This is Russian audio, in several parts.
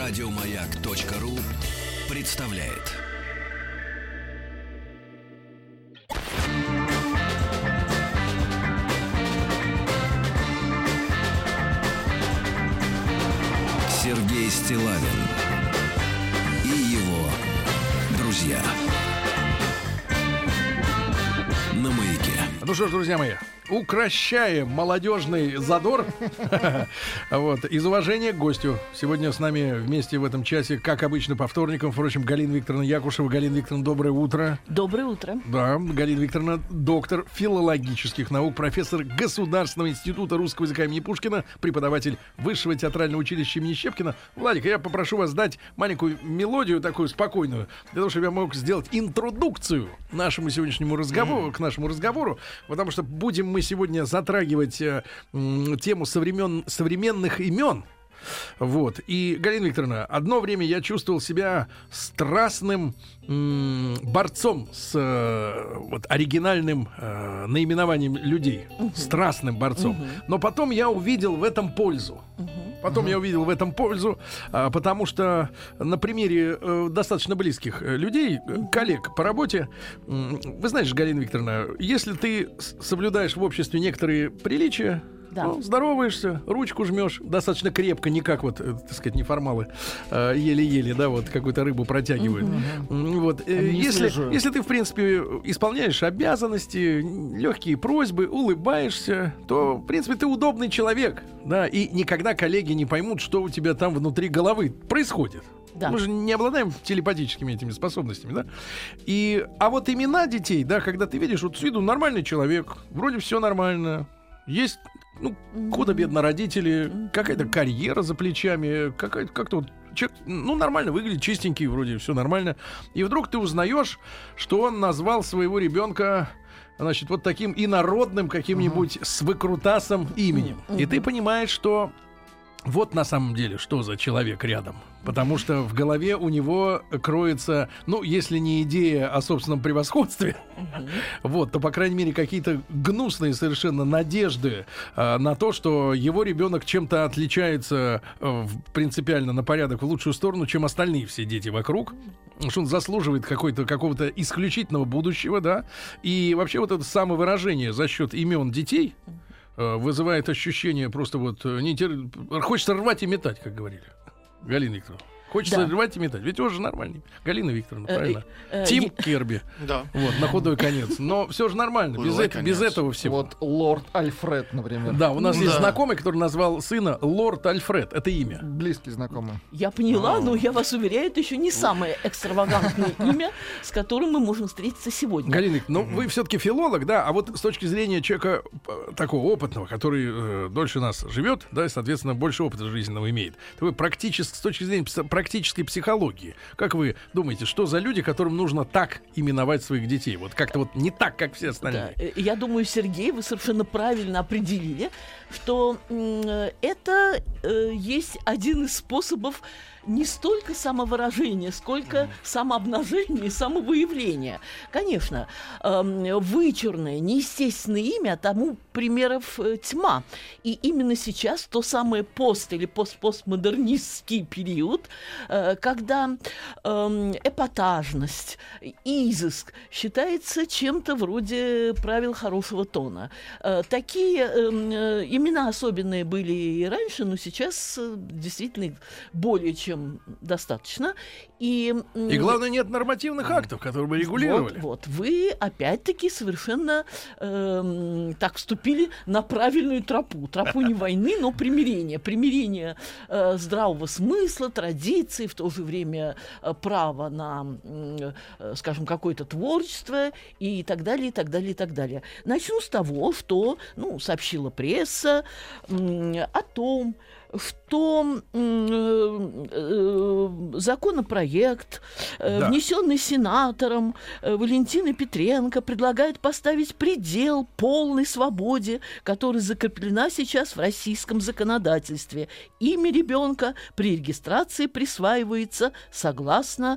Радиомаяк.ру представляет. Сергей Стиллавин и его друзья на Маяке. Ну что ж, друзья мои, укрощаем молодежный задор вот, из уважения к гостю. Сегодня с нами вместе в этом часе, как обычно, по вторникам, впрочем, Галина Викторовна Якушева. Галина Викторовна, доброе утро. Доброе утро. Да, Галина Викторовна, доктор филологических наук, профессор Государственного института русского языка имени Пушкина, преподаватель Высшего театрального училища имени Щепкина. Владик, я попрошу вас дать маленькую мелодию, такую спокойную, для того, чтобы я мог сделать интродукцию нашему сегодняшнему разговору, к нашему разговору, потому что будем мы сегодня затрагивать тему современных имен. Вот. И, Галина Викторовна, одно время я чувствовал себя страстным борцом с вот, оригинальным наименованием людей. Страстным борцом. Но потом я увидел в этом пользу. Потому что на примере достаточно близких людей, коллег по работе, вы знаете, Галина Викторовна, если ты соблюдаешь в обществе некоторые приличия, да. Ну, здороваешься, ручку жмешь достаточно крепко, не как вот, так сказать, неформалы еле-еле, да, вот какую-то рыбу протягивают. Вот. Если ты, в принципе, исполняешь обязанности, легкие просьбы, улыбаешься, то, в принципе, ты удобный человек, да, и никогда коллеги не поймут, что у тебя там внутри головы происходит. Да. Мы же не обладаем телепатическими этими способностями, да? А вот имена детей, да, когда ты видишь, вот с виду нормальный человек, вроде все нормально, есть, ну, худо-бедно родители, какая-то карьера за плечами, как-то вот человек, ну, нормально выглядит, чистенький, вроде все нормально. И вдруг ты узнаешь, что он назвал своего ребенка, значит, вот таким инородным каким-нибудь с выкрутасом именем. И ты понимаешь, что вот на самом деле, что за человек рядом. Потому что в голове у него кроется, ну, если не идея о собственном превосходстве, вот, то, по крайней мере, какие-то гнусные совершенно надежды на то, что его ребенок чем-то отличается принципиально на порядок в лучшую сторону, чем остальные все дети вокруг. Что он заслуживает какого-то исключительного будущего, да. И вообще вот это самовыражение за счет имен детей вызывает ощущение просто вот хочется рвать и метать, как говорили. Галина Викторовна. Хочется рвать и метать. Ведь он же нормальный. Галина Викторовна, правильно? Тим Керби. Да. Вот, на худой конец. Но все же нормально. Без этого всего. Вот лорд Альфред, например. Да, у нас есть знакомый, который назвал сына лорд Альфред. Это имя. Близкий знакомый. Я поняла, но я вас уверяю, это еще не самое экстравагантное имя, с которым мы можем встретиться сегодня. Галина Викторовна, ну вы все-таки филолог, да? А вот с точки зрения человека такого опытного, который дольше нас живет, да, и, соответственно, больше опыта жизненного имеет. Вы практически, с точки зрения практической психологии, как вы думаете, что за люди, которым нужно так именовать своих детей? Вот как-то вот не так, как все остальные. Да. Я думаю, Сергей, вы совершенно правильно определили, что это есть один из способов не столько самовыражения, сколько самообнажения и самовыявления. Конечно, вычурное, неестественное имя, тому примеров тьма. И именно сейчас то самое или постмодернистский период, когда эпатажность, изыск считается чем-то вроде правил хорошего тона. Такие имена особенные были и раньше, но сейчас действительно более чем достаточно. И главное, нет нормативных актов, которые бы регулировали. Вот вы опять-таки совершенно так вступили на правильную тропу. Тропу не войны, но примирения. Примирение здравого смысла, традиций, в то же время права на, скажем, какое-то творчество и так далее, и так далее, и так далее. Начну с того, что сообщила пресса о том, что законопроект, внесенный сенатором Валентиной Петренко, предлагает поставить предел полной свободе, которая закреплена сейчас в российском законодательстве. Имя ребенка при регистрации присваивается согласно,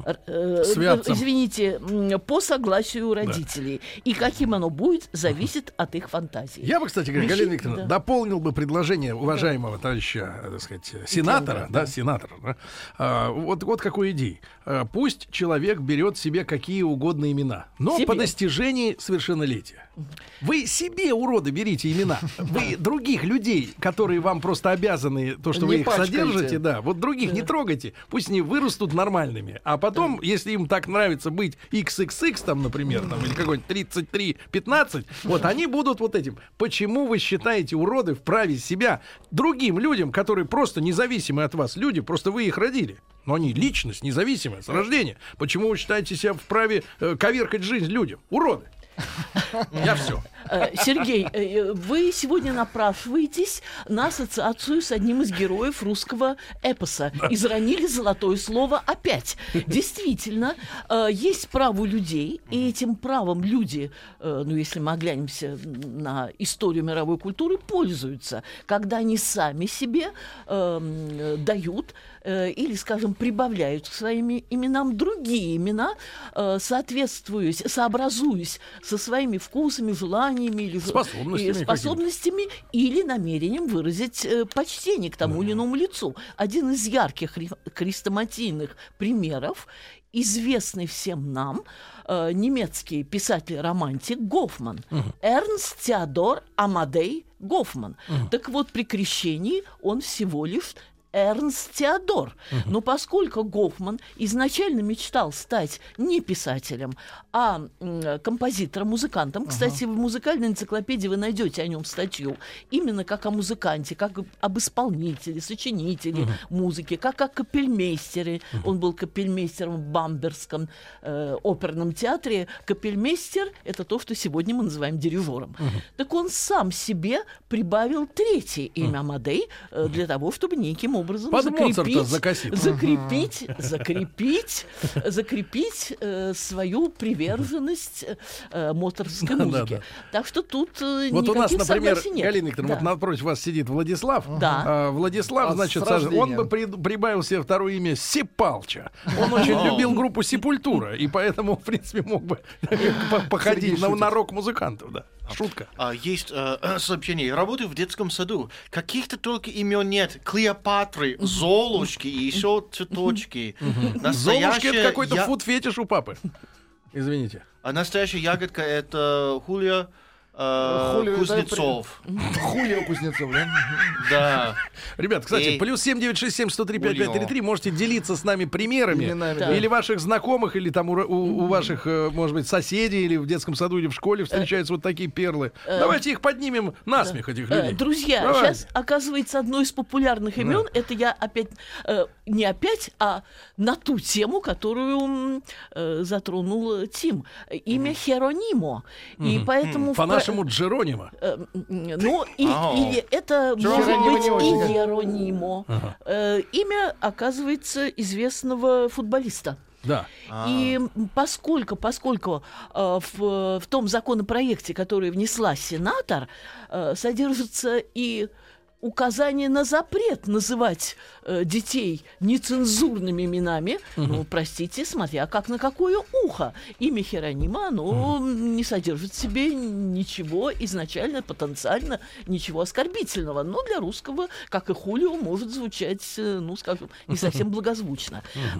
по согласию родителей. И каким оно будет, зависит от их фантазии. Я бы, кстати говоря, Галина Викторовна, дополнил бы предложение уважаемого товарища прозвища, так сказать, сенатора, да, вот какой идеи. Пусть человек берет себе какие угодно имена, но по достижении совершеннолетия. Вы себе, уроды, берите имена. Вы других людей, которые вам просто обязаны, то, что вы их содержите, да, вот других не трогайте. Пусть они вырастут нормальными. А потом, если им так нравится быть XXX, там, например, там, или какой-нибудь 33-15, вот они будут вот этим. Почему вы считаете, уроды, вправе себя другим людям, которые просто независимы от вас люди, просто вы их родили? Но они личность независимая с рождения. Почему вы считаете себя вправе коверкать жизнь людям? Уроды! Я все. Сергей, вы сегодня напрашиваетесь на ассоциацию с одним из героев русского эпоса. Изранили золотое слово опять. Действительно, есть право людей, и этим правом люди, ну, если мы оглянемся на историю мировой культуры, пользуются, когда они сами себе дают или, скажем, прибавляют к своим именам другие имена, сообразуясь со своими вкусами, желаниями или способностями или намерением выразить почтение к тому или иному лицу. Один из ярких хрестоматийных примеров — известный всем нам немецкий писатель-романтик Гофман. Эрнст Теодор Амадей Гофман. Так вот, при крещении он всего лишь Эрнст Теодор. Но поскольку Гофман изначально мечтал стать не писателем, а композитором, музыкантом, кстати, в музыкальной энциклопедии вы найдете о нем статью, именно как о музыканте, как об исполнителе, сочинителе музыки, как о капельмейстере. Он был капельмейстером в Бамбергском оперном театре. Капельмейстер — это то, что сегодня мы называем дирижером. Так он сам себе прибавил третье имя Амадей для того, чтобы неким образом закрепить свою приверженность моцартовской музыке. Так что тут вот у нас, например, Галина Викторовна, вот напротив вас сидит Владислав. Владислав, значит, он бы прибавил себе второе имя Сепалча. Он очень любил группу Сепультура, и поэтому, в принципе, мог бы походить на рок-музыкантов. Да. Шутка. Есть сообщение. Работаю в детском саду. Каких-то только имен нет. Клеопатры, Золушки и еще цветочки. Золушки — это какой-то фуд-фетиш у папы. Извините. А настоящая ягодка — это Хулия Кузнецов. Хулио Кузнецов, да? Да. Ребят, кстати, плюс 7967-103-5533, можете делиться с нами примерами или ваших знакомых, или там у ваших, может быть, соседей, или в детском саду, или в школе встречаются вот такие перлы. Давайте их поднимем на смех, этих людей. Друзья, сейчас, оказывается, одно из популярных имен, это я опять, не опять, а на ту тему, которую затронул Тим. Имя Херонимо. И поэтому... По-нашему Джеронимо. Ну, или это может быть и Еронимо. Имя, оказывается, известного футболиста. Да. И поскольку в том законопроекте, который внесла сенатор, содержится и указание на запрет называть детей нецензурными именами, ну, простите, смотря как на какое ухо. Имя Херонима, оно не содержит в себе ничего изначально, потенциально, ничего оскорбительного. Но для русского, как и Хулио, может звучать, ну, скажем, не совсем благозвучно.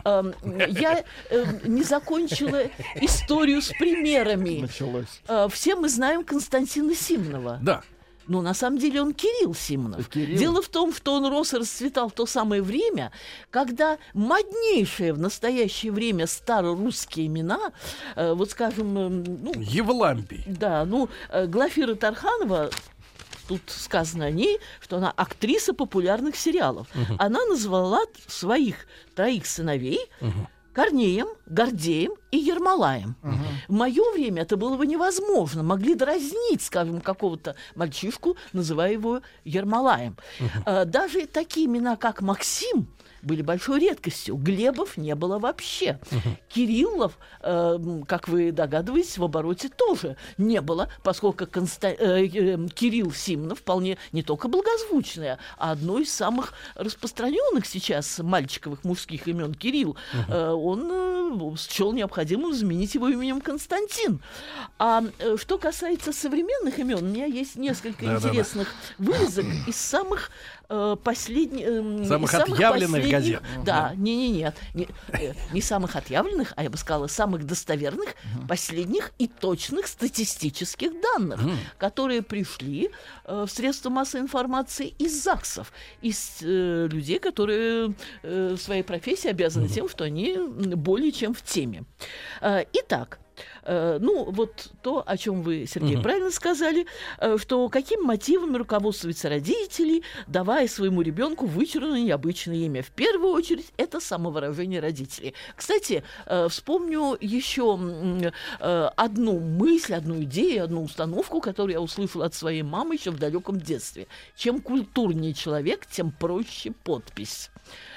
Я не закончила историю с примерами. Началось. Все мы знаем Константина Симонова. Да. Но на самом деле он Кирилл Симонов. Дело в том, что он рос и расцветал в то самое время, когда моднейшие в настоящее время старорусские имена, вот скажем... ну, Евлампий. Да, ну, Глафира Тарханова, тут сказано о ней, что она актриса популярных сериалов. Она назвала своих 3 сыновей Корнеем, Гордеем и Ермолаем. В мое время это было бы невозможно. Могли дразнить, скажем, какого-то мальчишку, называя его Ермолаем. Даже такие имена, как Максим, были большой редкостью. Глебов не было вообще. Кириллов, как вы догадываетесь, в обороте тоже не было, поскольку Кирилл Симонов вполне не только благозвучное, а одно из самых распространенных сейчас мальчиковых мужских имен Кирилл. Он счел необходимым заменить его именем Константин. А что касается современных имен, у меня есть несколько интересных вырезок из самых последних... Самых отъявленных газет. Да, нет. Не самых отъявленных, а я бы сказала, самых достоверных, последних и точных статистических данных, которые пришли в средства массовой информации из ЗАГСов, из людей, которые в своей профессии обязаны тем, что они более чем в теме. Итак, вот то, о чем вы, Сергей, правильно сказали, что какими мотивами руководствуются родители, давая своему ребенку вычурное необычное имя. В первую очередь, это самовыражение родителей. Кстати, вспомню еще одну мысль, одну идею, одну установку, которую я услышала от своей мамы еще в далеком детстве. Чем культурнее человек, тем проще подпись.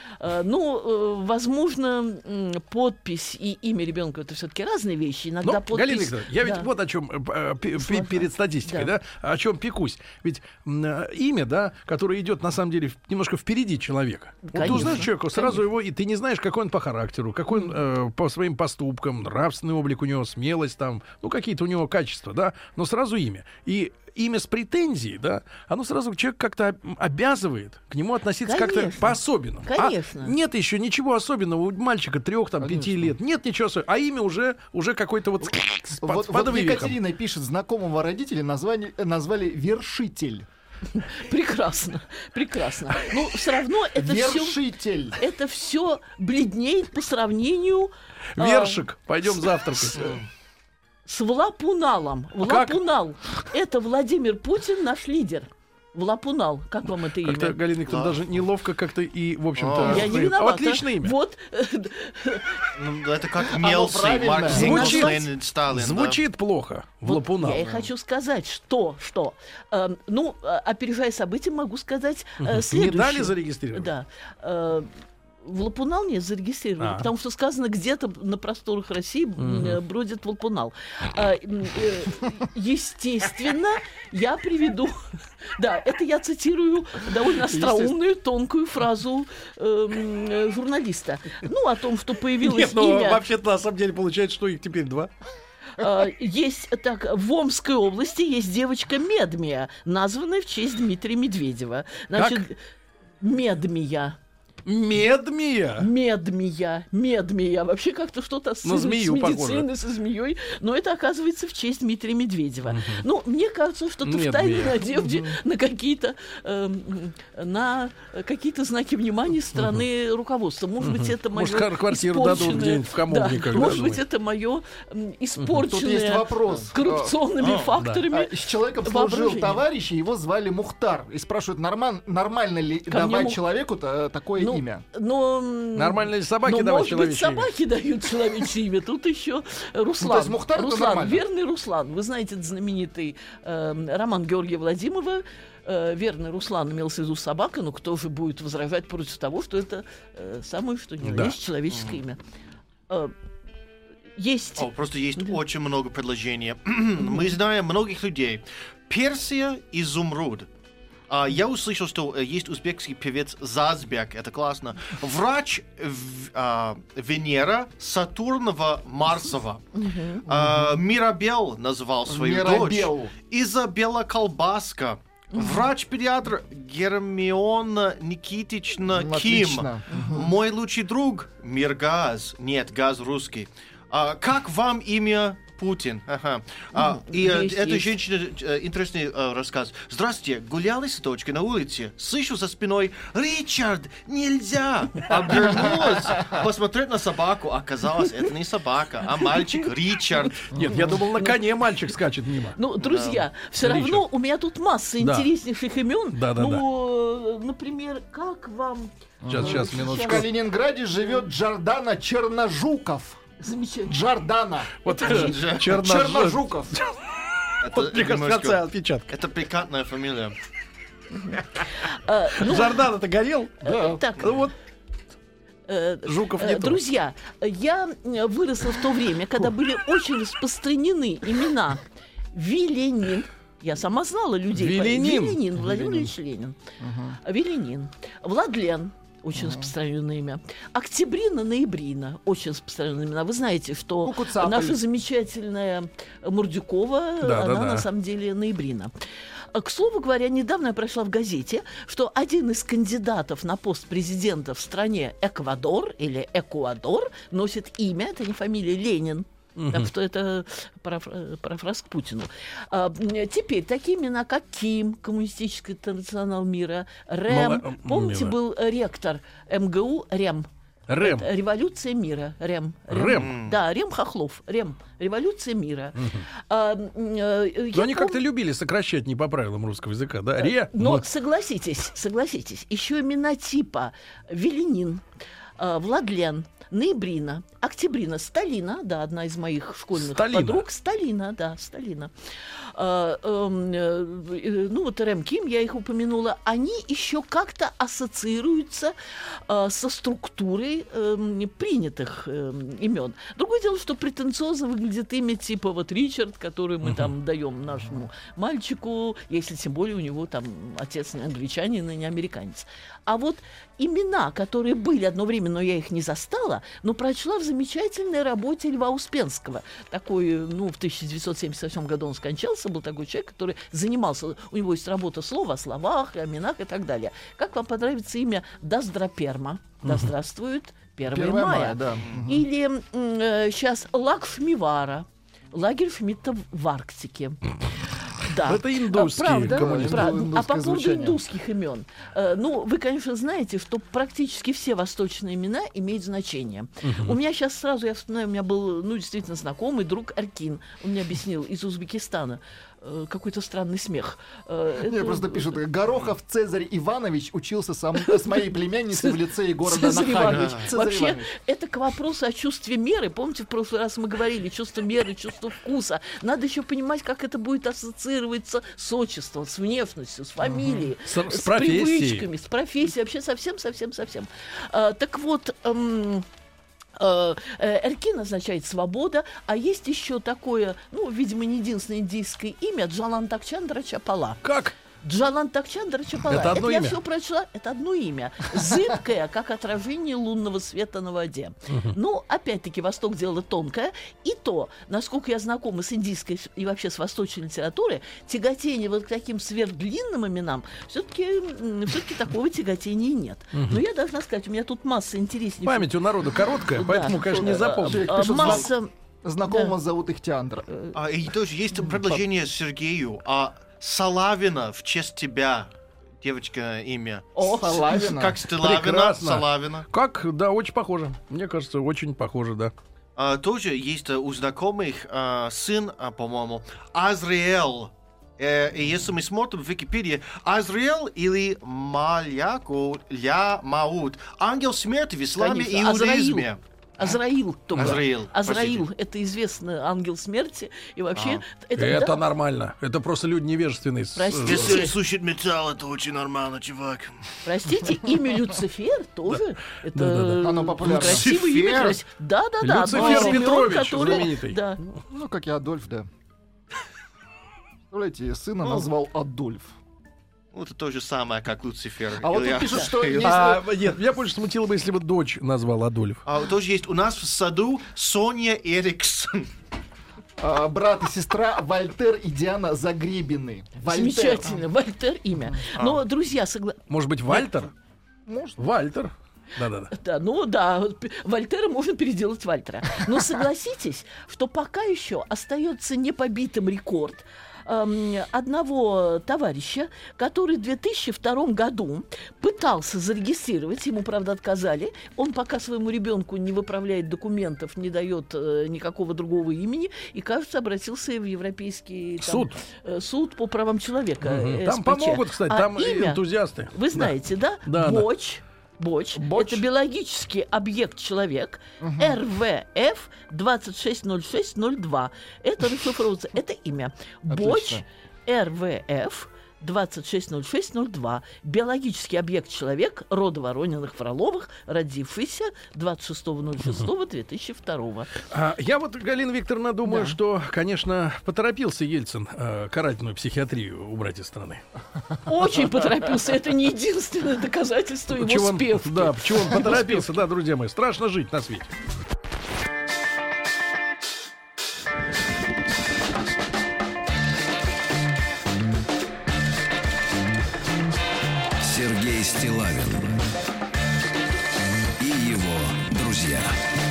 Возможно, подпись и имя ребенка — это все-таки разные вещи. Иногда подпись... Галина Викторовна, я ведь вот о чем перед статистикой, да, о чем пекусь. Ведь имя, да, которое идет на самом деле немножко впереди человека. Вот ты узнаешь человека, сразу его, и ты не знаешь, какой он по характеру, какой он по своим поступкам, нравственный облик у него, смелость там, какие-то у него качества, да, но сразу имя. И имя с претензией, да, оно сразу человек как-то обязывает к нему относиться как-то по-особенному. Конечно. Нет еще ничего особенного у мальчика 3-5 лет. Нет ничего особенного. А имя уже какой-то вот Екатерина пишет, знакомого родителя назвали Вершитель. Прекрасно. Все равно это все бледнеет по сравнению... Вершик, пойдем завтракать. С Влапуналом. Влапунал. Это Владимир Путин, наш лидер. Влапунал. Как вам это имя? Как-то, Галина Викторовна, даже неловко как-то и, в общем-то... Я не виновата. Отличное имя. Вот. Это как Мелси, Маркс, Ленин, Сталин. Звучит плохо. Влапунал. Я и хочу сказать, что... опережая события, могу сказать следующее. Не дали зарегистрировать? Да. Влапунал не зарегистрировали, потому что сказано, где-то на просторах России бродит Влапунал. Естественно, я приведу... Да, это я цитирую довольно остроумную, тонкую фразу журналиста. О том, что появилось имя... Вообще-то, на самом деле, получается, что их теперь 2. Есть в Омской области есть девочка Медмия, названная в честь Дмитрия Медведева. Значит, Медмия. Медмия. Вообще как-то что-то с медициной, со змеей. Но это, оказывается, в честь Дмитрия Медведева. Мне кажется, что ты в тайной надежде на какие-то знаки внимания стороны руководства. Может быть, это мое квартиру дадут где-нибудь в Камовниках. Может быть, это мое испорченное коррупционными факторами. С человеком служил товарищ, его звали Мухтар. И спрашивают, нормально ли давать человеку такое имя? Нормально ли собаки давать человечье имя? Может быть, собаки дают человечье имя. Тут еще Руслан. То есть Мухтар — это нормально. Верный Руслан. Вы знаете, это знаменитый роман Георгия Владимирова. Верный Руслан имел в виду собака, но кто же будет возражать против того, что это самое, что ни на есть человеческое имя. Просто есть очень много предложений. Мы знаем многих людей. Персия, изумруд. Я услышал, что есть узбекский певец Зазбек, это классно. Врач Венера, Сатурнова, Марсова. Мирабел назвал свою дочь. Изабелла Колбаска. Врач-педиатр Гермиона Никитична Ким. Мой лучший друг Миргаз. Нет, Газ русский. Как вам имя? Путин. Эта женщина, интересный рассказ. Здравствуйте, гуляла с дочкой на улице. Слышу за спиной: Ричард, нельзя! Обернулась посмотреть на собаку. Оказалось, это не собака, а мальчик Ричард. Нет, я думал, на коне мальчик скачет мимо. Друзья, все равно у меня тут масса интереснейших имен. Да. Например, как вам... Сейчас, минуточку. В Калининграде живет Джордана Черножуков. Замечательно. Джордана. Черножуков. Мне кажется, отпечатка. Это пикантная фамилия. Жордан это горел? Так. Жуков не друзья, я выросла в то время, когда были очень распространены имена Виленин. Я сама знала людей. Виленин. Владимир Ильич Ленин. Виленин. Владлен. Очень распространенное имя. Октябрина, ноябрина. Очень распространенные имена. Вы знаете, что Кукуцапель. наша замечательная Мурдюкова, Да, она да, да. на самом деле ноябрина. К слову говоря, недавно я прочла в газете, что один из кандидатов на пост президента в стране Эквадор или Экуадор носит имя, это не фамилия, Ленин. Так что это парафраз к Путину. Теперь такие имена, как Ким, Коммунистический интернационал мира, РЭМ. Помните, мило. был ректор МГУ РЭМ? РЭМ. Это Революция мира. РЭМ. РЭМ. Да, Рем Хохлов. РЭМ. Революция мира. Но они как-то любили сокращать не по правилам русского языка, да? Но согласитесь, еще имена типа Веленин, Владлен, Ноябрина, Октябрина, Сталина, да, одна из моих школьных подруг. Сталина. Ну вот Рэм Ким, я их упомянула, они еще как-то ассоциируются со структурой принятых имен. Другое дело, что претенциозно выглядит имя типа вот Ричард, который мы там даем нашему мальчику, если тем более у него там отец не англичанин и не американец. А вот имена, которые были одно время, но я их не застала, но прочла в замечательной работе Льва Успенского. Такой, в 1978 году он скончался, был такой человек, который занимался, у него есть работа слова о словах, о именах и так далее. Как вам понравится имя Даздраперма? Да здравствует 1 мая. Да. Или сейчас Лакшмивара, лагерь Шмидта в Арктике. Да. Это индусские коммунисты. А по поводу индусских имен. Вы, конечно, знаете, что практически все восточные имена имеют значение. У меня сейчас сразу, я вспоминаю, у меня был, действительно знакомый друг Эркин. Он мне объяснил, из Узбекистана. Какой-то странный смех. Мне просто пишут, Горохов Цезарь Иванович учился с моей племянницей в лицее города Нахабич. Вообще, это к вопросу о чувстве меры. Помните, в прошлый раз мы говорили, чувство меры, чувство вкуса. Надо еще понимать, как это будет ассоциироваться с отчеством, с внешностью, с фамилией, с привычками, с профессией, вообще совсем. Так вот... Эркин означает «свобода», а есть еще такое, видимо, не единственное индийское имя Джалантакчандра Чапала. Как? Джалантакчандра Чапала. Это одно имя? Я все прочла, это одно имя. Зыбкое, как отражение лунного света на воде. Опять-таки, Восток дело тонкое. И то, насколько я знакома с индийской и вообще с восточной литературой, тяготение вот к таким сверхдлинным именам, все-таки такого тяготения нет. Но я должна сказать, у меня тут масса интереснейших. Память у народа короткая, поэтому, конечно, не запомню. Масса... Знакомого зовут Ихтиандр. И тоже есть предложение Сергею. Салавина в честь тебя. Девочка имя. Салавина. Как Стелавина, Прекрасно. Салавина. Как? Да, очень похоже. Мне кажется, очень похоже, да. Тоже есть у знакомых сын, по-моему, Азриэл. И если мы смотрим в Википедии, Азриэл или Маут, ангел смерти в исламе и иудаизме. Азраил только. Азраил, это известный ангел смерти. И вообще... Это нормально. Это просто люди невежественные. Простите. Если слушать металл, это очень нормально, чувак. Простите, имя Люцифер тоже. Это Оно популярно. красивое имя. Да. Люцифер Петрович, знаменитый. Да. Как и Адольф, да. Представляете, сына назвал Адольф. Это то же самое, как Люцифер. А вот тут пишут, что есть... Нет, меня больше смутило бы, если бы дочь назвал Адольф. Тоже есть у нас в саду Соня Эриксон. Брат и сестра Вольтер и Диана Загребины. Замечательно, Вольтер имя. Но, друзья, Может быть, Вальтер? Может. Вальтер. Да. Вольтера можно переделать Вальтера. Но согласитесь, что пока еще остается непобитым рекорд одного товарища, который в 2002 году пытался зарегистрировать, ему, правда, отказали. Он пока своему ребенку не выправляет документов, не дает никакого другого имени, и, кажется, обратился в Европейский суд по правам человека. Там помогут, кстати, там имя, энтузиасты. Вы знаете, да? Боч. Это биологический объект человек. РВФ 260602. Это расшифровывается. Это имя. Боч РВФ 260602. Биологический объект человек, рода Ворониных-Фроловых, родившийся 26.06.2002. Я вот, Галина Викторовна, думаю, что, конечно, поторопился Ельцин карательную психиатрию убрать из страны. Очень поторопился. Это не единственное доказательство его спевки. Да, почему он поторопился, да, друзья мои. Страшно жить на свете. Сергей Стиллавин и его друзья.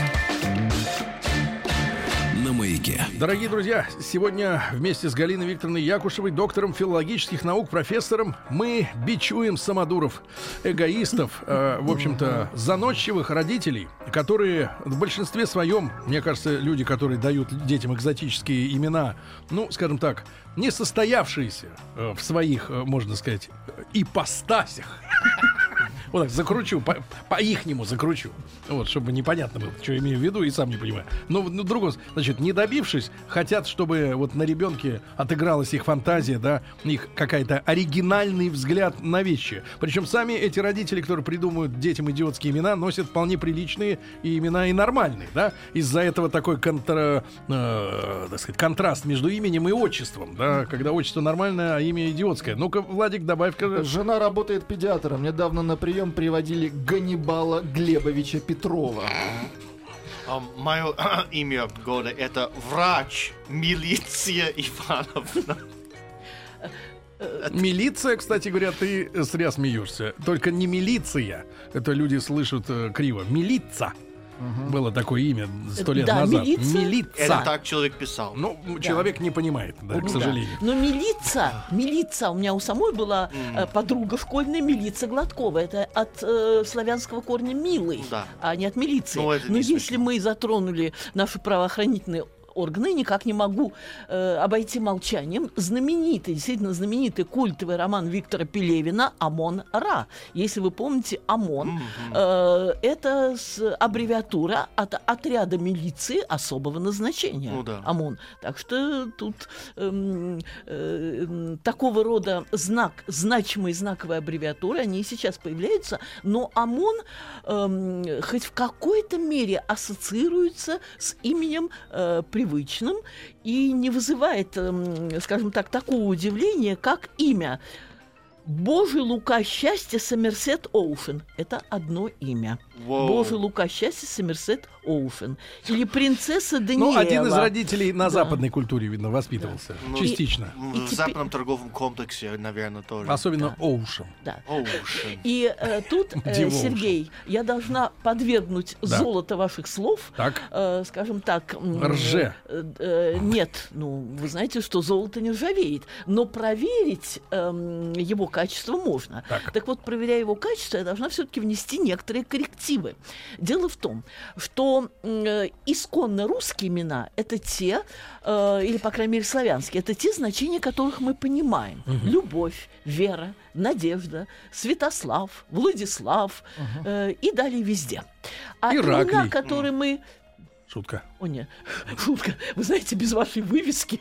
На маяке. Дорогие друзья, сегодня вместе с Галиной Викторовной Якушевой, доктором филологических наук, профессором, мы бичуем самодуров, эгоистов, в общем-то, заносчивых родителей, которые в большинстве своем, мне кажется, люди, которые дают детям экзотические имена, ну, скажем так, не состоявшиеся в своих, можно сказать, ипостасях. Вот так закручу, по-ихнему закручу. Вот, чтобы непонятно было, что я имею в виду, и сам не понимаю. Но другом, значит, не добившись, хотят, чтобы вот на ребенке отыгралась их фантазия, да, их какая-то оригинальный взгляд на вещи. Причем сами эти родители, которые придумывают детям идиотские имена, носят вполне приличные и имена и нормальные, да. Из-за этого такой так сказать, контраст между именем и отчеством, да, когда отчество нормальное, а имя идиотское. Ну-ка, Владик, добавь-ка. Жена работает педиатром. Недавно на прием приводили Ганнибала Глебовича Петрова. Мое имя года — это врач Милиция Ивановна. Милиция, кстати говоря, ты зря смеешься. Только не милиция. Это люди слышат криво. Милица. Было такое имя 100 лет назад. Милиция. Это так человек писал. Ну, человек не понимает, да, к сожалению. Но милица, у меня у самой была подруга школьная, Милица Гладкова. Это от славянского корня «милый», а не от милиции. Но если мы затронули наши правоохранительные органы, никак не могу обойти молчанием знаменитый, действительно знаменитый культовый роман Виктора Пелевина «Амон-Ра». Если вы помните, ОМОН это аббревиатура от отряда милиции особого назначения. ОМОН. Так что тут такого рода значимые знаковые аббревиатуры, они и сейчас появляются, но ОМОН хоть в какой-то мере ассоциируется с именем привычным и не вызывает, скажем так, такого удивления, как имя. Божий Лука счастья Сомерсет Оушен. Это одно имя. Божий Лука счастья Сомерсет Оушен. Или принцесса Даниэла. Ну, один из родителей на западной культуре, видно, воспитывался. Частично. В западном торговом комплексе, наверное, тоже. Особенно Оушен. Да. И тут, Сергей, я должна подвергнуть золото ваших слов. Так. Скажем так. Рже. Нет, вы знаете, что золото не ржавеет. Но проверить его качество можно. Так вот, проверяя его качество, я должна все-таки внести некоторые коррективы. Дело в том, что исконно русские имена — это те, или, по крайней мере, славянские, это те значения, которых мы понимаем. Любовь, вера, надежда, Святослав, Владислав и далее везде. А имена, которые мы... Шутка. О, нет, шутка. Вы знаете, без вашей вывески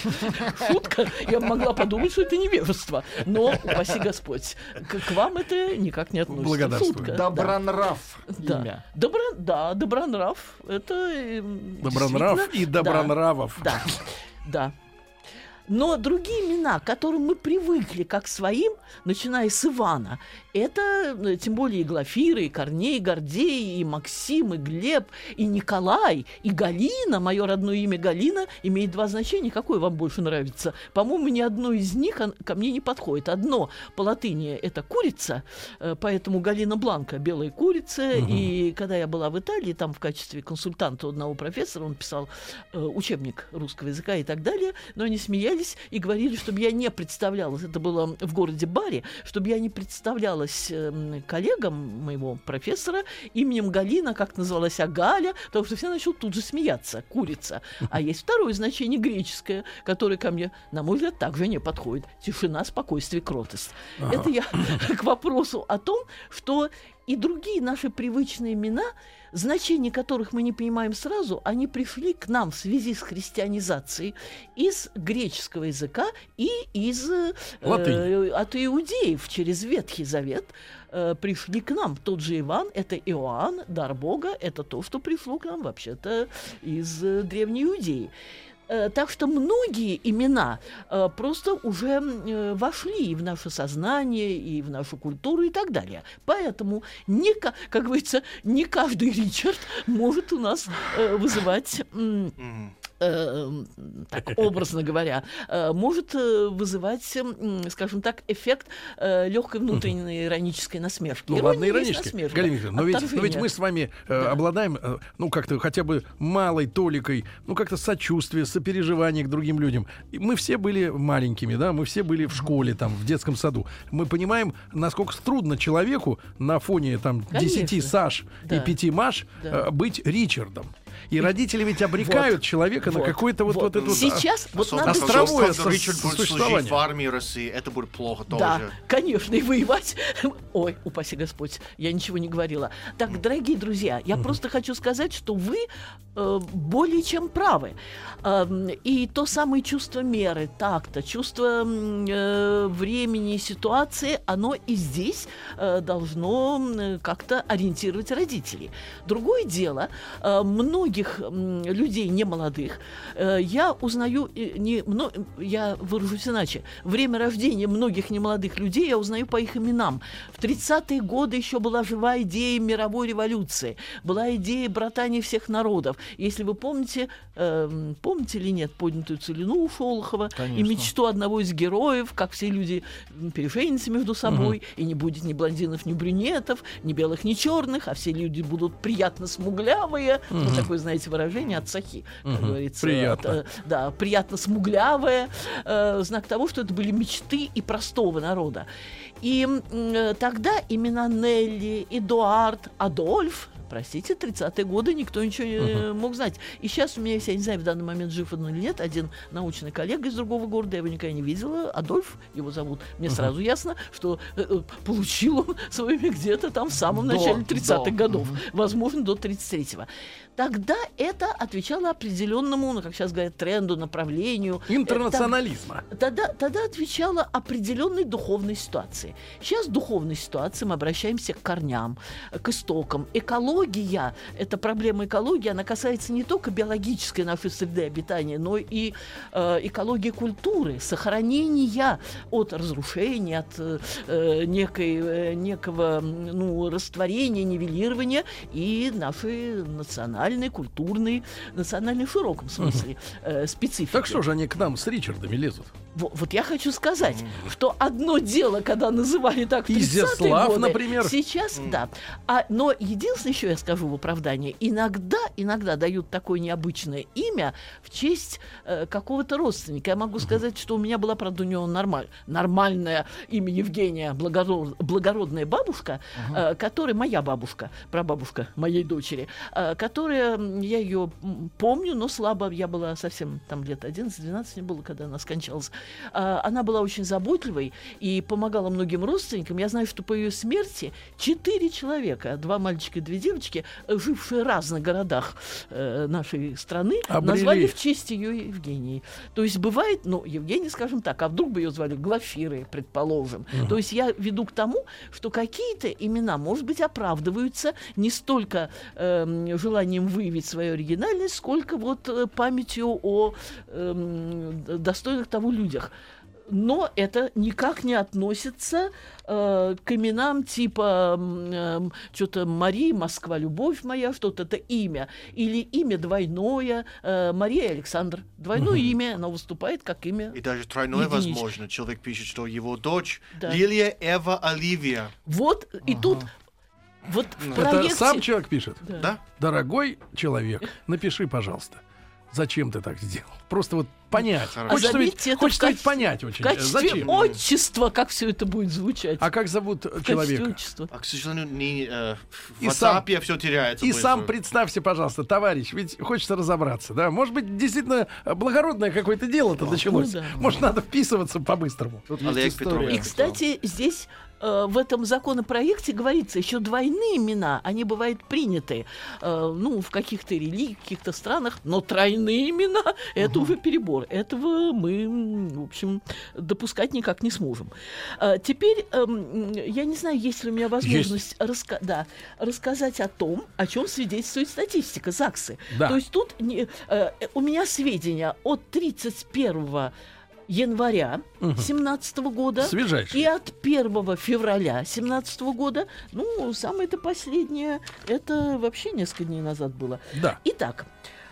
шутка, я могла подумать, что это невежество. Но, упаси Господь, к вам это никак не относится. Благодарствую. Добронрав имя. Добронрав. Это Добронрав и Добронравов. Да. Но другие имена, к которым мы привыкли как к своим, начиная с Ивана, это, тем более, и Глафира, и Корней, и Гордей, и Максим, и Глеб, и Николай, и Галина. Мое родное имя Галина имеет два значения. Какое вам больше нравится? По-моему, ни одно из них ко мне не подходит. Одно по латыни — это курица, поэтому Галина Бланка — белая курица. И когда я была в Италии, там в качестве консультанта у одного профессора, он писал учебник русского языка и так далее, но они смеялись и говорили, чтобы я не представлялась, это было в городе Бари, чтобы я не представлялась коллегам моего профессора именем Галина, как называлась Галя, потому что все начнут тут же смеяться, курица. А есть второе значение греческое, которое ко мне, на мой взгляд, также не подходит. Тишина, спокойствие, кротость. Это я к вопросу о том, что И другие наши привычные имена, значения которых мы не понимаем сразу, они пришли к нам в связи с христианизацией из греческого языка и из от иудеев через Ветхий Завет пришли к нам. Тот же Иван, это Иоанн, дар Бога, это то, что пришло к нам вообще-то из Древней Иудеи. Так что многие имена просто уже вошли в наше сознание, и в нашу культуру и так далее. Поэтому, как говорится, не каждый Ричард может у нас вызывать... так образно говоря, может вызывать, скажем так, эффект легкой внутренней иронической насмешки. Ну ладно, иронической, Галина Викторовна, но ведь мы с вами обладаем, ну как-то хотя бы малой толикой, ну как-то сочувствия, сопереживания к другим людям. И мы все были маленькими, да, мы все были в школе, там, в детском саду. Мы понимаем, насколько трудно человеку на фоне там 10 Саш и 5 Маш быть Ричардом. И родители ведь обрекают человека на какой-то вот это вот сейчас островое существование. В армии России это будет плохо тоже. Да, конечно, и воевать. Ой, упаси Господь, я ничего не говорила. Так, дорогие друзья, я просто хочу сказать, что вы более чем правы. И то самое чувство меры, такта, чувство времени и ситуации, оно и здесь должно как-то ориентировать родителей. Другое дело, многих людей немолодых я узнаю, я выражусь иначе, время рождения многих немолодых людей я узнаю по их именам. В 30-е годы еще была жива идея мировой революции, была идея братания всех народов. Если вы помните или нет поднятую целину у Шолохова, конечно, и мечту одного из героев, как все люди переженятся между собой, и не будет ни блондинов, ни брюнетов, ни белых, ни черных, а все люди будут приятно смуглявые. Вот такое, знаете, выражение от Сахи, как говорится. Приятно. Да, приятно смуглявые. Знак того, что это были мечты и простого народа. И тогда имена Нелли, Эдуард, Адольф, простите, 30-е годы никто ничего не мог знать. И сейчас у меня есть, я не знаю, в данный момент жив он или нет, один научный коллега из другого города, я его никогда не видела, Адольф его зовут. Мне сразу ясно, что получил он свое имя где-то там в самом начале 30-х годов, возможно, до 33-го. Тогда это отвечало определенному, ну, как сейчас говорят, тренду, направлению. Интернационализма. Тогда отвечало определенной духовной ситуации. Сейчас в духовной ситуации мы обращаемся к корням, к истокам. Экология, эта проблема экологии, она касается не только биологической нашей среды обитания, но и экологии культуры, сохранения от разрушения, от некого растворения, нивелирования и нашей национальной, культурной, национальной в широком смысле специфики. Так что же они к нам с Ричардами лезут? Вот я хочу сказать, что одно дело, когда называли так в 30-е годы, например. Сейчас, да. Но единственное, еще я скажу в оправдании, иногда дают такое необычное имя в честь какого-то родственника. Я могу сказать, что у меня была, правда, у него нормальное имя Евгения, благородная бабушка, которая, моя бабушка, прабабушка моей дочери, которая, я ее помню, но слабо, я была совсем там лет 11-12 не было, когда она скончалась. Она была очень заботливой и помогала многим родственникам. Я знаю, что по ее смерти 4 человека, 2 мальчика и 2 девочки, жившие в разных городах нашей страны, назвали в честь ее Евгении. То есть бывает, Евгения, скажем так, а вдруг бы ее звали Глафирой, предположим. То есть я веду к тому, что какие-то имена, может быть, оправдываются не столько желанием выявить свою оригинальность, сколько вот памятью о достойных того людях. Но это никак не относится к именам типа что-то Мария, Москва, любовь моя, что-то это имя. Или имя двойное, Мария Александр. Двойное имя, оно выступает как имя. И даже тройное возможно. Человек пишет, что его дочь Лилия Эва Оливия. Вот, и тут... Вот в проекте... Это сам человек пишет? Да. Дорогой человек, напиши, пожалуйста, зачем ты так сделал? Просто вот понять. Хочется ведь понять очень. В качестве зачем? отчества, как все это будет звучать. А как зовут человека? А, к сожалению, в WhatsApp все теряется. И сам представьте, пожалуйста, товарищ, ведь хочется разобраться, да? Может быть, действительно благородное какое-то дело-то началось. Может, надо вписываться по-быстрому. И, кстати, здесь в этом законопроекте говорится, еще двойные имена, они бывают приняты, в каких-то религиях, в каких-то странах, но тройные имена — это уже перебор. Этого мы, в общем, допускать никак не сможем. Теперь, я не знаю, есть ли у меня возможность рассказать о том, о чем свидетельствует статистика ЗАГСы. Да. То есть тут у меня сведения от 31 января 2017 года Свежайший. и от 1 февраля 2017 года. Самое-то последнее, это вообще несколько дней назад было. Да. Итак,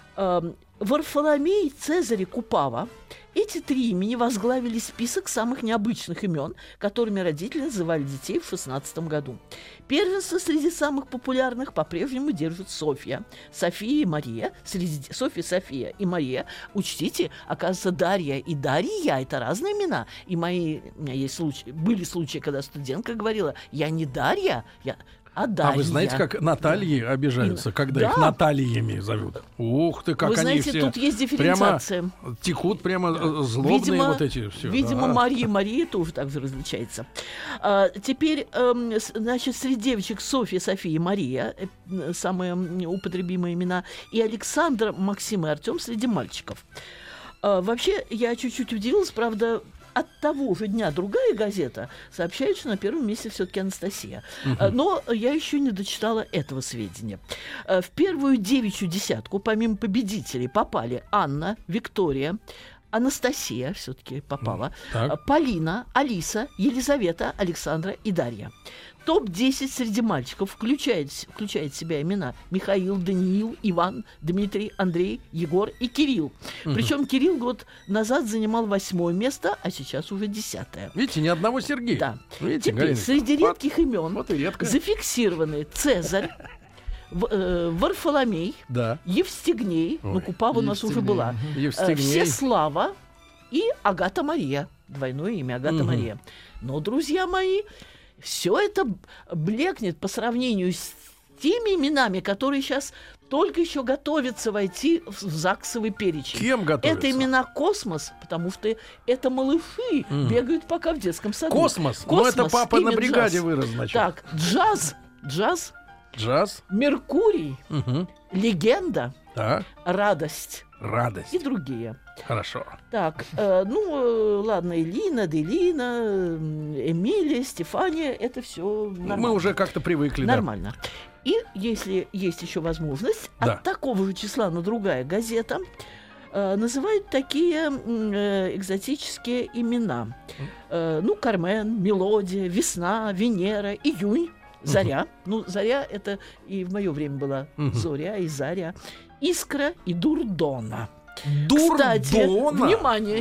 Варфоломей, Цезарь и Купава. Эти три имени возглавили список самых необычных имен, которыми родители называли детей в 2016 году. Первенство среди самых популярных по-прежнему держит Софья. София и Мария. Софья и Мария. Учтите, оказывается, Дарья и Дарья — это разные имена. И у меня были случаи, когда студентка говорила: я не Дарья, а Дарья. А вы знаете, как Натальи обижаются, когда их Натальями зовут? Ух ты, как вы они знаете, все тут есть дифференциация. прямо текут, прямо злобные вот эти все. Видимо, Мария тоже так же различается. Теперь, среди девочек Софья, и Мария, самые употребимые имена, и Александр, Максим и Артем среди мальчиков. Вообще, я чуть-чуть удивилась, правда. От того же дня другая газета сообщает, что на первом месте все-таки Анастасия. Но я еще не дочитала этого сведения. В первую девичью десятку, помимо победителей, попали Анна, Виктория, Анастасия все-таки попала, Полина, Алиса, Елизавета, Александра и Дарья. Топ-10 среди мальчиков включает в себя имена Михаил, Даниил, Иван, Дмитрий, Андрей, Егор и Кирилл. Причем Кирилл год назад занимал 8-е место, а сейчас уже 10-е. Видите, ни одного Сергея. Да. Видите, Теперь среди редких имен редко зафиксированы Цезарь, Варфоломей, Евстигней, Купава у нас уже была, Всеслава и Агата Мария. Двойное имя Агата Мария. Но, друзья мои, все это блекнет по сравнению с теми именами, которые сейчас только еще готовятся войти в ЗАГСовый перечень. Кем готовятся? Это имена космос, потому что это малыши бегают пока в детском саду. Космос? Ну, это папа на бригаде вырос, значит. Так, джаз, Меркурий, легенда, радость и другие. Хорошо. Так, ладно, Элина, Делина, Эмилия, Стефания, это все нормально. Мы уже как-то привыкли. Нормально. Да. И если есть еще возможность, от такого же числа на другая газета называют такие экзотические имена. Кармен, Мелодия, Весна, Венера, Июнь, Заря. Заря — это и в мое время была Зоря и Заря. Искра и Дурдона. Кстати, внимание,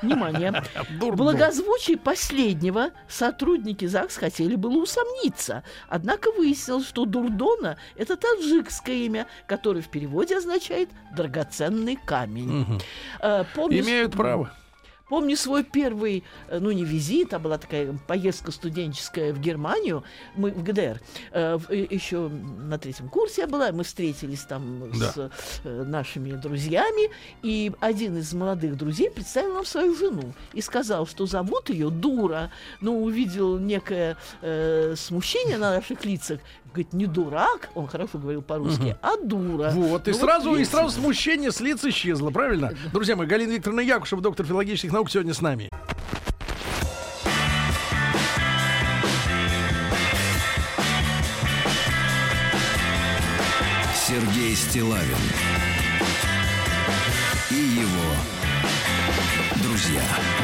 в благозвучии последнего сотрудники ЗАГС хотели было усомниться. Однако выяснилось, что Дурдона — это таджикское имя, которое в переводе означает «драгоценный камень». Имеют право. Помню свой первый, не визит, а была такая поездка студенческая в Германию, мы в ГДР, еще на 3-м курсе я была, мы встретились там с нашими друзьями, и один из молодых друзей представил нам свою жену и сказал, что зовут ее Дура. Увидел некое смущение на наших лицах, говорит, не дурак, он хорошо говорил по-русски, а дура. Вот, и сразу смущение с лиц исчезло, правильно? Друзья мои, Галина Викторовна Якушева, доктор филологических наук, сегодня с нами. Сергей Стиллавин и его друзья.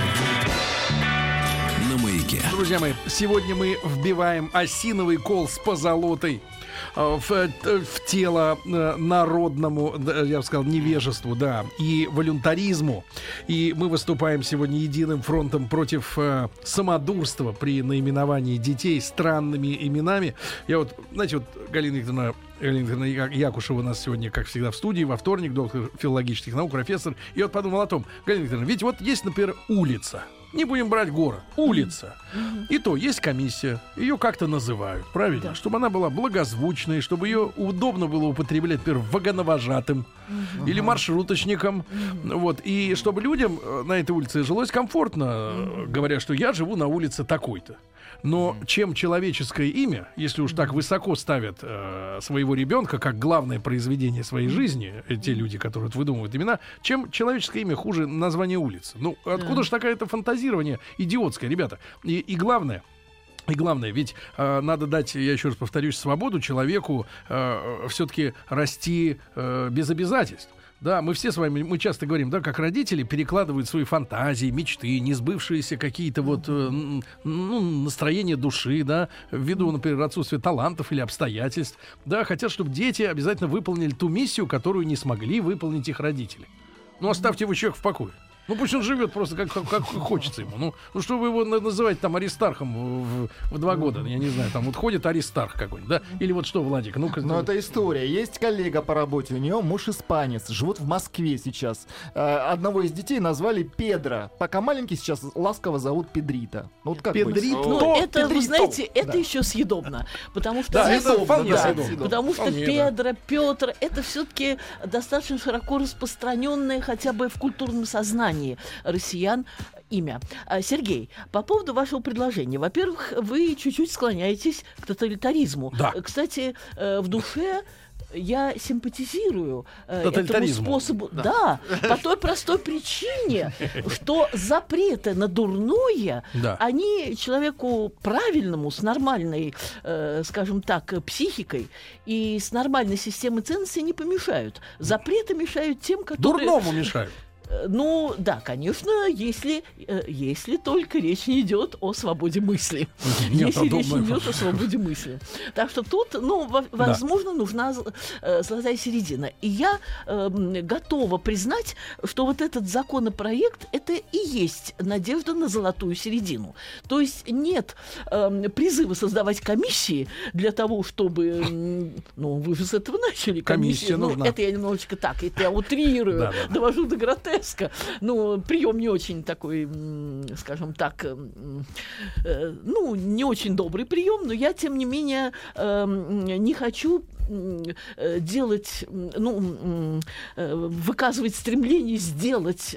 Друзья мои, сегодня мы вбиваем осиновый кол с позолотой в тело народному, я бы сказал, невежеству, и волюнтаризму. И мы выступаем сегодня единым фронтом против самодурства при наименовании детей странными именами. Я Галина Викторовна Якушева у нас сегодня, как всегда, в студии, во вторник, доктор филологических наук, профессор. И подумал о том, Галина Викторовна, ведь есть, например, улица. Не будем брать город. Улица. И то есть комиссия. Ее как-то называют, правильно? Да. Чтобы она была благозвучной, чтобы ее удобно было употреблять, например, вагоновожатым или маршруточником. Вот. И чтобы людям на этой улице жилось комфортно, говоря, что я живу на улице такой-то. Но чем человеческое имя, если уж так высоко ставят своего ребенка как главное произведение своей жизни, те люди, которые вот выдумывают имена, чем человеческое имя хуже названия улицы? Ну, откуда же такое-то фантазирование идиотское, ребята? И главное, ведь надо дать, я еще раз повторюсь, свободу человеку все-таки расти без обязательств. Да, мы все с вами, мы часто говорим, да, как родители перекладывают свои фантазии, мечты, несбывшиеся какие-то вот настроения души, да, ввиду, например, отсутствия талантов или обстоятельств, да, хотят, чтобы дети обязательно выполнили ту миссию, которую не смогли выполнить их родители. Ну, оставьте его человека в покое. Ну, пусть он живет просто как хочется ему. Ну, что вы его называете там Аристархом в 2 года? Я не знаю, там вот ходит Аристарх какой-нибудь, да? Или вот что, Владик? Ну-ка. Но это история. Есть коллега по работе, у нее муж испанец, живут в Москве сейчас. Одного из детей назвали Педро. Пока маленький, сейчас ласково зовут Педрита. Ну, вот как Педрито. быть? Ну, это, вы Педрито. знаете, это Да. еще съедобно. Потому что, Да, это вполне да, съедобно. потому что Вполне, Педро, Петр, это все-таки достаточно широко распространенное хотя бы в культурном сознании россиян имя. Сергей, по поводу вашего предложения. Во-первых, вы чуть-чуть склоняетесь к тоталитаризму. Да. Кстати, в душе я симпатизирую этому Тоталитаризму. способу. Да, по той простой причине, что запреты на дурное, Да. они человеку правильному, с нормальной, скажем так, психикой и с нормальной системой ценностей не помешают. Запреты мешают тем, которые... Дурному мешают. Ну, да, конечно, если только речь не идет о свободе мысли. Нет, Если речь думаю, не идет о свободе мысли. Так что тут, возможно, нужна золотая середина. И я готова признать, что вот этот законопроект, это и есть надежда на золотую середину. То есть нет призыва создавать комиссии для того, чтобы... Ну, вы же с этого начали. Комиссия Ну, нужна. это я немножечко так, это я утрирую, Да. довожу до гротеска. Ну, прием не очень такой, скажем так, не очень добрый прием, но я, тем не менее, не хочу делать, выказывать стремление сделать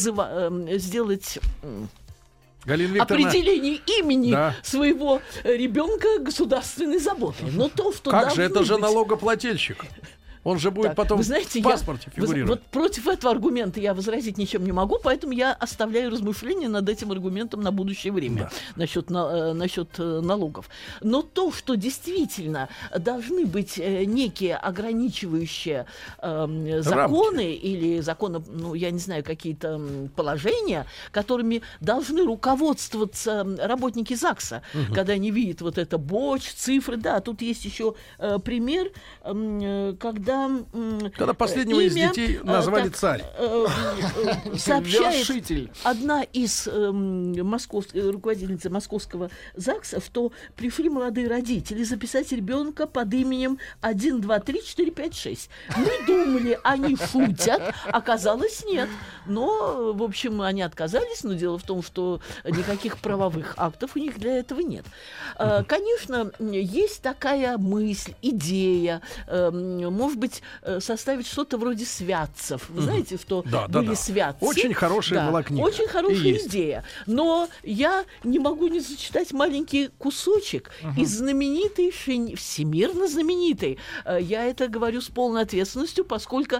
Галина Викторовна, определение имени Да. своего ребенка государственной заботой. Но то, что как же, это должны же быть- налогоплательщик. Он же будет Так, потом вы знаете, в паспорте фигурировать. Вот против этого аргумента я возразить ничем не могу, поэтому я оставляю размышления над этим аргументом на будущее время насчет налогов. Но то, что действительно должны быть некие ограничивающие законы или законы, я не знаю, какие-то положения, которыми должны руководствоваться работники ЗАГСа, когда они видят вот это цифры. Да, тут есть еще пример, когда Последнего из имя, детей назвали царь. Сообщает Вершитель. одна из руководительниц московского ЗАГСа, что пришли молодые родители записать ребенка под именем 1, 2, 3, 4, 5, 6. Мы думали, они шутят, оказалось нет. Но, в общем, они отказались, но дело в том, что никаких правовых актов у них для этого нет. Конечно, есть такая мысль, идея, может быть, составить что-то вроде святцев. Вы знаете, что были святцы? Очень хорошая была книга. Очень И хорошая есть. идея. Но я не могу не зачитать маленький кусочек из знаменитой, всемирно знаменитой. Я это говорю с полной ответственностью, поскольку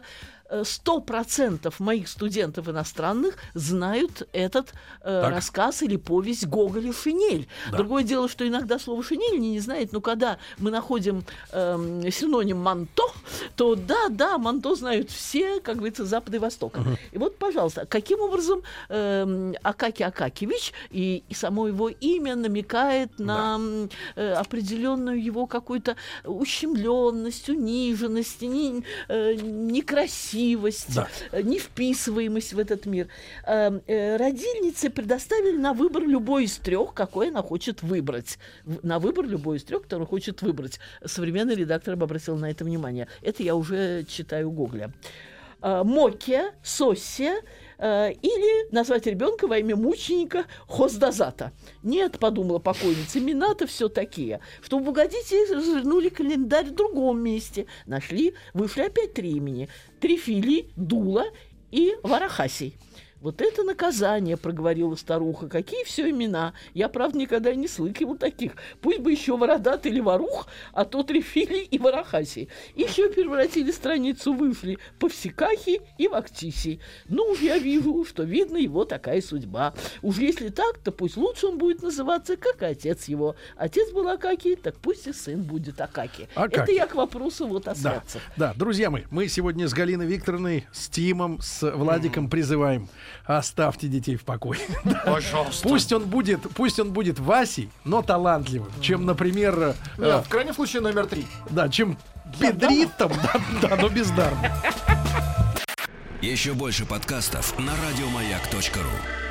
100% моих студентов иностранных знают этот рассказ или повесть Гоголя «Шинель». Да. Другое дело, что иногда слово «шинель» они не знают, но когда мы находим синоним «манто», то да, «манто» знают все, как говорится, Запада и Востока. И вот, пожалуйста, каким образом Акакий Акакиевич и само его имя намекает на определенную его какую-то ущемленность, униженность, некрасивость, невписываемость в этот мир. Родильнице предоставили на выбор любой из 3, какой она хочет выбрать. На выбор любой из 3, который хочет выбрать. Современный редактор обратил на это внимание. Это я уже читаю Гоголя. Мокия, Соссия, Или назвать ребенка во имя мученика Хоздазата. Нет, подумала покойница, имена-то все такие. Чтобы угодить, ей развернули календарь в другом месте. Вышли опять 3 имени. Трифилий, Дула и Варахасий. Вот это наказание, проговорила старуха. Какие все имена. Я, правда, никогда не слыхивал таких. Пусть бы еще Вородат или Ворух, а то Трифилий и Варахасий. Еще превратили страницу, вышли Повсекахи и Вактисий. Ну, я вижу, что, видно, его такая судьба. Уж если так, то пусть лучше он будет называться, как и отец его. Отец был Акакий, так пусть и сын будет Акакий. Это я к вопросу вот о святцах. Да, друзья мои, мы сегодня с Галиной Викторовной, с Тимом, с Владиком призываем: оставьте детей в покое. Пожалуйста. Пусть он будет Васей, но талантливым, чем, например, В крайнем случае номер 3. да, чем Педритом, да, но бездарным. Еще больше подкастов на радиомаяк.ру.